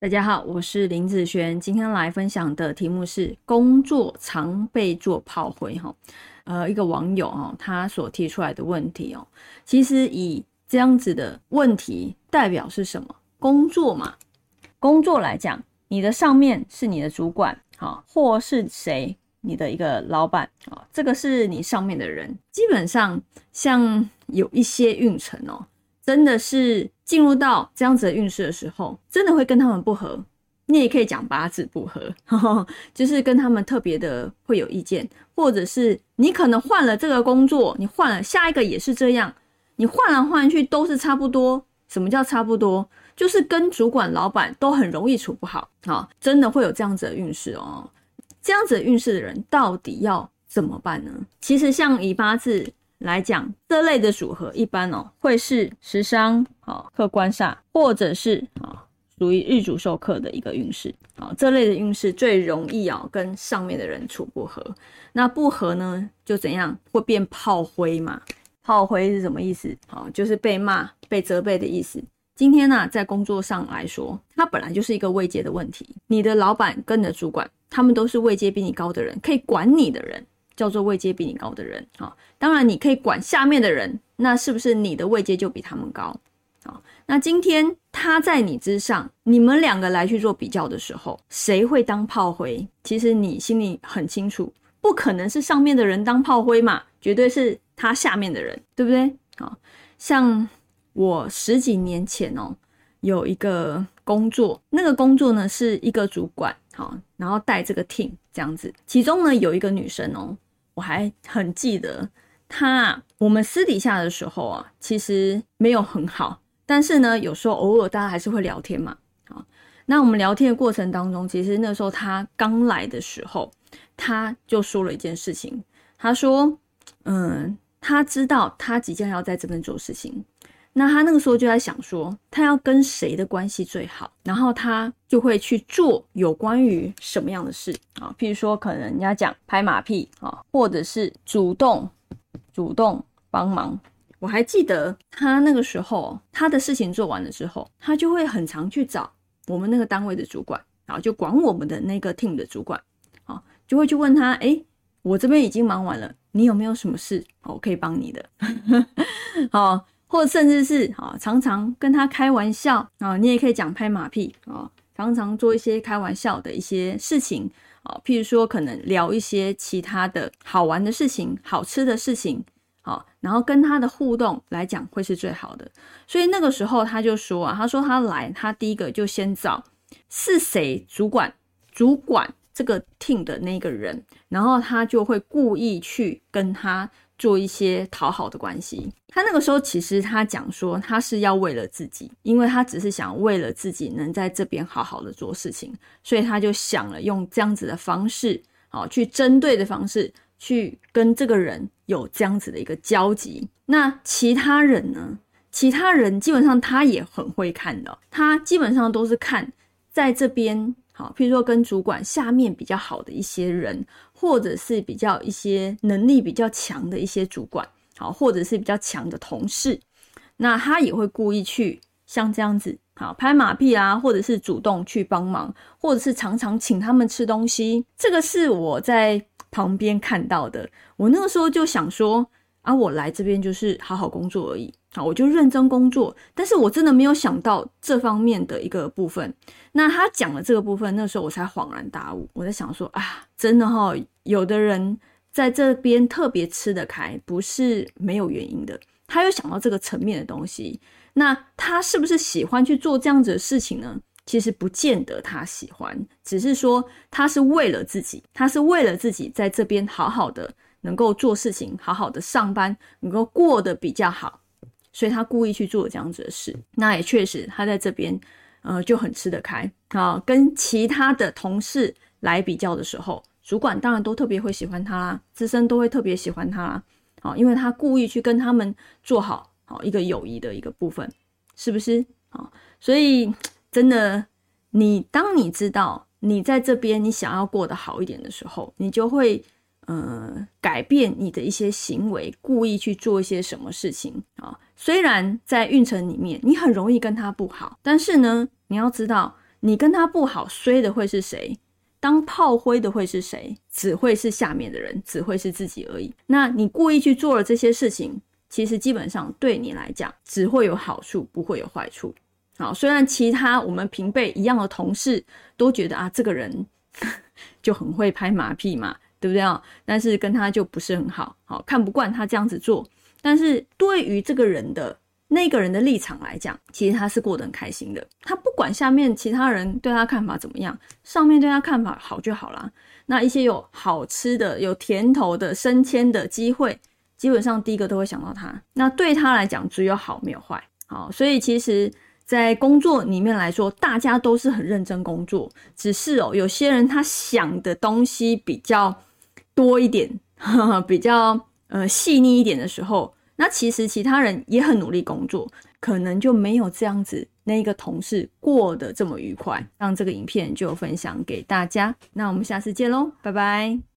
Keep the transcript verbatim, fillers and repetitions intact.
大家好，我是林子璇，今天来分享的题目是工作常被做炮灰。呃，一个网友哦，他所提出来的问题哦，其实以这样子的问题代表是什么？工作嘛，工作来讲，你的上面是你的主管，好，或是谁？你的一个老板，这个是你上面的人。基本上，像有一些运程哦，真的是进入到这样子的运势的时候，真的会跟他们不合。你也可以讲八字不合，呵呵，就是跟他们特别的会有意见，或者是你可能换了这个工作，你换了下一个也是这样，你换来换去都是差不多。什么叫差不多？就是跟主管、老板都很容易处不好，好，真的会有这样子的运势哦。这样子的运势的人到底要怎么办呢？其实像以八字来讲，这类的组合一般哦会是食伤、哦、克官煞，或者是、哦、属于日主受克的一个运势、哦、这类的运势最容易哦跟上面的人处不合。那不合呢就怎样？会变炮灰嘛。炮灰是什么意思？哦、就是被骂被责备的意思。今天呢、啊，在工作上来说，它本来就是一个位阶的问题。你的老板跟你的主管，他们都是位阶比你高的人，可以管你的人叫做位阶比你高的人。好，当然你可以管下面的人，那是不是你的位阶就比他们高？好，那今天他在你之上，你们两个来去做比较的时候，谁会当炮灰？其实你心里很清楚，不可能是上面的人当炮灰嘛，绝对是他下面的人，对不对？好，像我十几年前哦，有一个工作，那个工作呢是一个主管，好，然后带这个 team 这样子。其中呢有一个女生哦，我还很记得她，我们私底下的时候啊，其实没有很好，但是呢，有时候偶尔大家还是会聊天嘛。好，那我们聊天的过程当中，其实那时候她刚来的时候，她就说了一件事情，她说，嗯，她知道她即将要在这边做事情。那他那个时候就在想说，他要跟谁的关系最好，然后他就会去做有关于什么样的事啊？譬如说，可能人家讲拍马屁啊，或者是主动主动帮忙。我还记得他那个时候，他的事情做完了之后，他就会很常去找我们那个单位的主管，啊，就管我们的那个 team 的主管，啊，就会去问他，诶，我这边已经忙完了，你有没有什么事我可以帮你的？好。或者甚至是、哦、常常跟他开玩笑、哦、你也可以讲拍马屁、哦、常常做一些开玩笑的一些事情、哦、譬如说可能聊一些其他的好玩的事情、好吃的事情、哦、然后跟他的互动来讲会是最好的。所以那个时候他就说啊，他说他来，他第一个就先找是谁主管主管这个 team 的那个人，然后他就会故意去跟他做一些讨好的关系。他那个时候其实他讲说他是要为了自己，因为他只是想为了自己能在这边好好的做事情，所以他就想了用这样子的方式、哦、去针对的方式去跟这个人有这样子的一个交集。那其他人呢？其他人基本上他也很会看的，他基本上都是看在这边好，譬如说跟主管下面比较好的一些人，或者是比较一些能力比较强的一些主管，好，或者是比较强的同事，那他也会故意去像这样子，好，拍马屁啊，或者是主动去帮忙，或者是常常请他们吃东西。这个是我在旁边看到的，我那个时候就想说啊，我来这边就是好好工作而已，好，我就认真工作，但是我真的没有想到这方面的一个部分。那他讲了这个部分，那时候我才恍然大悟，我在想说啊，真的齁，有的人在这边特别吃得开，不是没有原因的，他有想到这个层面的东西。那他是不是喜欢去做这样子的事情呢？其实不见得他喜欢，只是说他是为了自己，他是为了自己在这边好好的能够做事情，好好的上班，能够过得比较好，所以他故意去做这样子的事。那也确实他在这边呃就很吃得开啊，跟其他的同事来比较的时候，主管当然都特别会喜欢他啦，资深都会特别喜欢他啦，啊，因为他故意去跟他们做好好一个友谊的一个部分，是不是啊？所以真的，你当你知道你在这边你想要过得好一点的时候，你就会呃改变你的一些行为，故意去做一些什么事情啊。虽然在运程里面你很容易跟他不好，但是呢，你要知道你跟他不好，衰的会是谁？当炮灰的会是谁？只会是下面的人，只会是自己而已。那你故意去做了这些事情，其实基本上对你来讲只会有好处，不会有坏处。好，虽然其他我们平辈一样的同事都觉得啊，这个人就很会拍马屁嘛，对不对啊？但是跟他就不是很好，好，看不惯他这样子做。但是对于这个人的那个人的立场来讲，其实他是过得很开心的。他不管下面其他人对他看法怎么样，上面对他看法好就好啦。那一些有好吃的、有甜头的、升迁的机会，基本上第一个都会想到他。那对他来讲，只有好没有坏。好，所以其实在工作里面来说，大家都是很认真工作，只是哦，有些人他想的东西比较多一点，呵呵比较呃细腻一点的时候，那其实其他人也很努力工作，可能就没有这样子那个同事过得这么愉快。让这个影片就分享给大家，那我们下次见咯，拜拜。